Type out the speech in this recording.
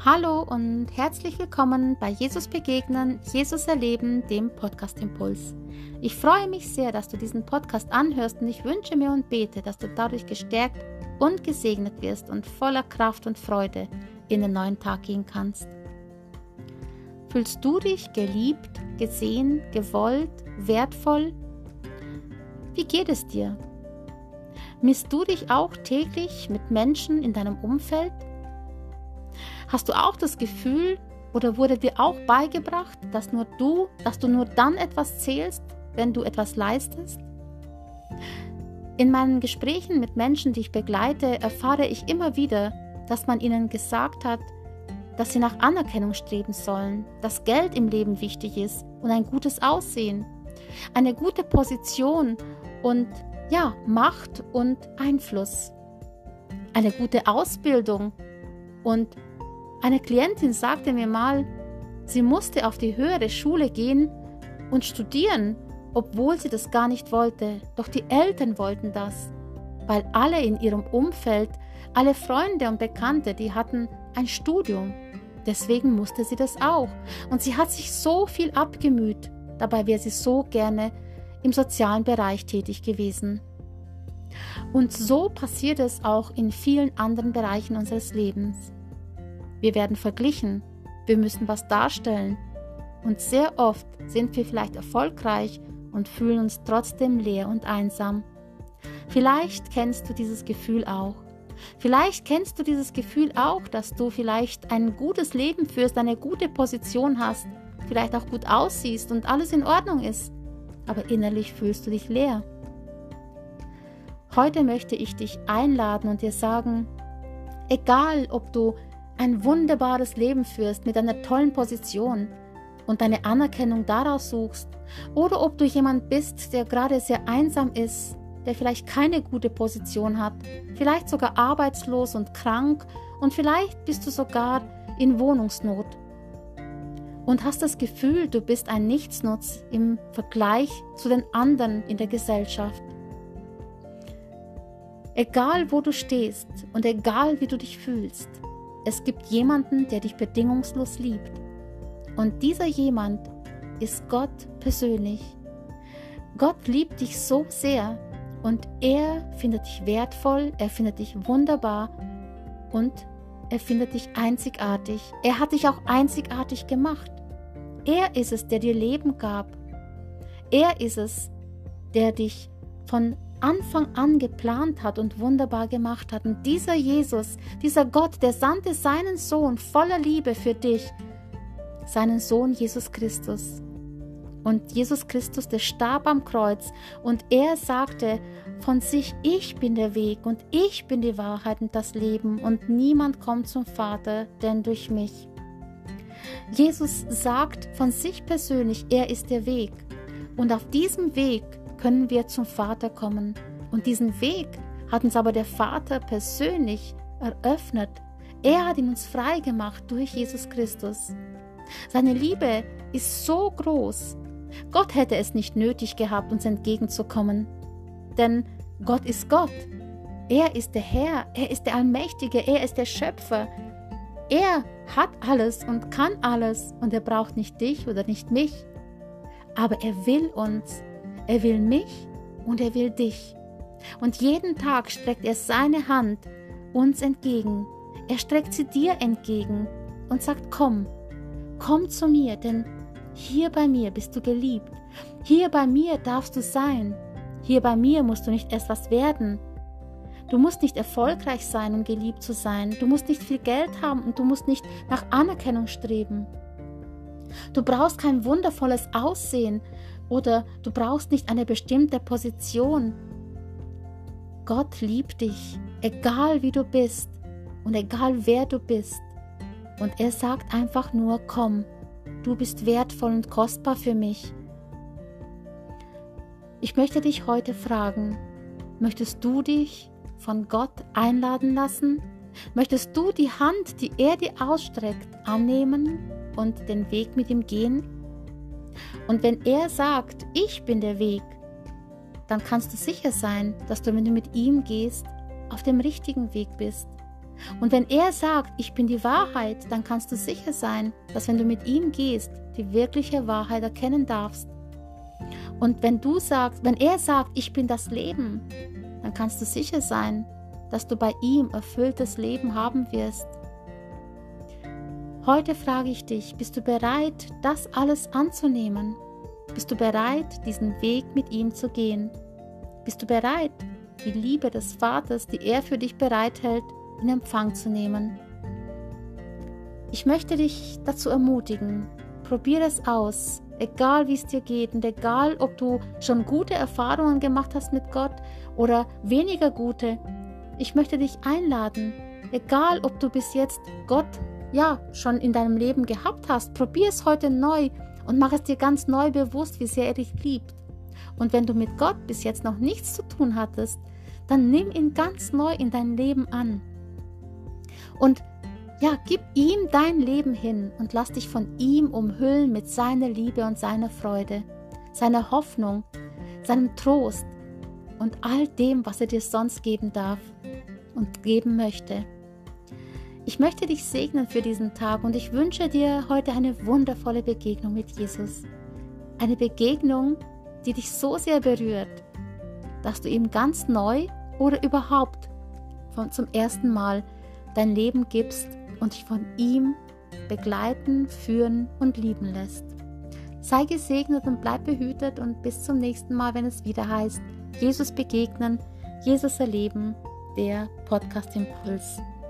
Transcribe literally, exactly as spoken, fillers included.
Hallo und herzlich willkommen bei Jesus begegnen, Jesus erleben, dem Podcast Impuls. Ich freue mich sehr, dass du diesen Podcast anhörst und ich wünsche mir und bete, dass du dadurch gestärkt und gesegnet wirst und voller Kraft und Freude in den neuen Tag gehen kannst. Fühlst du dich geliebt, gesehen, gewollt, wertvoll? Wie geht es dir? Misst du dich auch täglich mit Menschen in deinem Umfeld? Hast du auch das Gefühl oder wurde dir auch beigebracht, dass nur du, dass du nur dann etwas zählst, wenn du etwas leistest? In meinen Gesprächen mit Menschen, die ich begleite, erfahre ich immer wieder, dass man ihnen gesagt hat, dass sie nach Anerkennung streben sollen, dass Geld im Leben wichtig ist und ein gutes Aussehen, eine gute Position und ja, Macht und Einfluss, eine gute Ausbildung. Und eine Klientin sagte mir mal, sie musste auf die höhere Schule gehen und studieren, obwohl sie das gar nicht wollte. Doch die Eltern wollten das, weil alle in ihrem Umfeld, alle Freunde und Bekannte, die hatten ein Studium. Deswegen musste sie das auch. Und sie hat sich so viel abgemüht. Dabei wäre sie so gerne im sozialen Bereich tätig gewesen. Und so passiert es auch in vielen anderen Bereichen unseres Lebens. Wir werden verglichen, wir müssen was darstellen und sehr oft sind wir vielleicht erfolgreich und fühlen uns trotzdem leer und einsam. Vielleicht kennst du dieses Gefühl auch. Vielleicht kennst du dieses Gefühl auch, dass du vielleicht ein gutes Leben führst, eine gute Position hast, vielleicht auch gut aussiehst und alles in Ordnung ist, aber innerlich fühlst du dich leer. Heute möchte ich dich einladen und dir sagen, egal ob du ein wunderbares Leben führst mit einer tollen Position und deine Anerkennung daraus suchst, oder ob du jemand bist, der gerade sehr einsam ist, der vielleicht keine gute Position hat, vielleicht sogar arbeitslos und krank und vielleicht bist du sogar in Wohnungsnot und hast das Gefühl, du bist ein Nichtsnutz im Vergleich zu den anderen in der Gesellschaft. Egal wo du stehst und egal wie du dich fühlst, es gibt jemanden, der dich bedingungslos liebt. Und dieser jemand ist Gott persönlich. Gott liebt dich so sehr und er findet dich wertvoll, er findet dich wunderbar und er findet dich einzigartig. Er hat dich auch einzigartig gemacht. Er ist es, der dir Leben gab. Er ist es, der dich von Anfang an geplant hat und wunderbar gemacht hat. Und dieser Jesus, dieser Gott, der sandte seinen Sohn voller Liebe für dich, seinen Sohn Jesus Christus. Und Jesus Christus, der starb am Kreuz und er sagte von sich, ich bin der Weg und ich bin die Wahrheit und das Leben und niemand kommt zum Vater, denn durch mich. Jesus sagt von sich persönlich, er ist der Weg und auf diesem Weg können wir zum Vater kommen. Und diesen Weg hat uns aber der Vater persönlich eröffnet. Er hat ihn uns frei gemacht durch Jesus Christus. Seine Liebe ist so groß. Gott hätte es nicht nötig gehabt, uns entgegenzukommen. Denn Gott ist Gott. Er ist der Herr, er ist der Allmächtige, er ist der Schöpfer. Er hat alles und kann alles und er braucht nicht dich oder nicht mich. Aber er will uns. Er will mich und er will dich. Und jeden Tag streckt er seine Hand uns entgegen. Er streckt sie dir entgegen und sagt, komm, komm zu mir, denn hier bei mir bist du geliebt. Hier bei mir darfst du sein. Hier bei mir musst du nicht erst was werden. Du musst nicht erfolgreich sein, um geliebt zu sein. Du musst nicht viel Geld haben und du musst nicht nach Anerkennung streben. Du brauchst kein wundervolles Aussehen oder du brauchst nicht eine bestimmte Position. Gott liebt dich, egal wie du bist und egal wer du bist. Und er sagt einfach nur, komm, du bist wertvoll und kostbar für mich. Ich möchte dich heute fragen, möchtest du dich von Gott einladen lassen? Möchtest du die Hand, die er dir ausstreckt, annehmen und den Weg mit ihm gehen? Und wenn er sagt, ich bin der Weg, dann kannst du sicher sein, dass du, wenn du mit ihm gehst, auf dem richtigen Weg bist. Und wenn er sagt, ich bin die Wahrheit, dann kannst du sicher sein, dass wenn du mit ihm gehst, die wirkliche Wahrheit erkennen darfst. Und wenn du sagst, wenn er sagt, ich bin das Leben, dann kannst du sicher sein, dass du bei ihm erfülltes Leben haben wirst. Heute frage ich dich, bist du bereit, das alles anzunehmen? Bist du bereit, diesen Weg mit ihm zu gehen? Bist du bereit, die Liebe des Vaters, die er für dich bereithält, in Empfang zu nehmen? Ich möchte dich dazu ermutigen, probiere es aus, egal wie es dir geht und egal, ob du schon gute Erfahrungen gemacht hast mit Gott oder weniger gute. Ich möchte dich einladen, egal ob du bis jetzt Gott ja schon in deinem Leben gehabt hast, probier es heute neu und mach es dir ganz neu bewusst, wie sehr er dich liebt. Und wenn du mit Gott bis jetzt noch nichts zu tun hattest, dann nimm ihn ganz neu in dein Leben an. Und ja, gib ihm dein Leben hin und lass dich von ihm umhüllen mit seiner Liebe und seiner Freude, seiner Hoffnung, seinem Trost und all dem, was er dir sonst geben darf und geben möchte. Ich möchte dich segnen für diesen Tag und ich wünsche dir heute eine wundervolle Begegnung mit Jesus. Eine Begegnung, die dich so sehr berührt, dass du ihm ganz neu oder überhaupt von, zum ersten Mal dein Leben gibst und dich von ihm begleiten, führen und lieben lässt. Sei gesegnet und bleib behütet und bis zum nächsten Mal, wenn es wieder heißt, Jesus begegnen, Jesus erleben, der Podcast Impuls.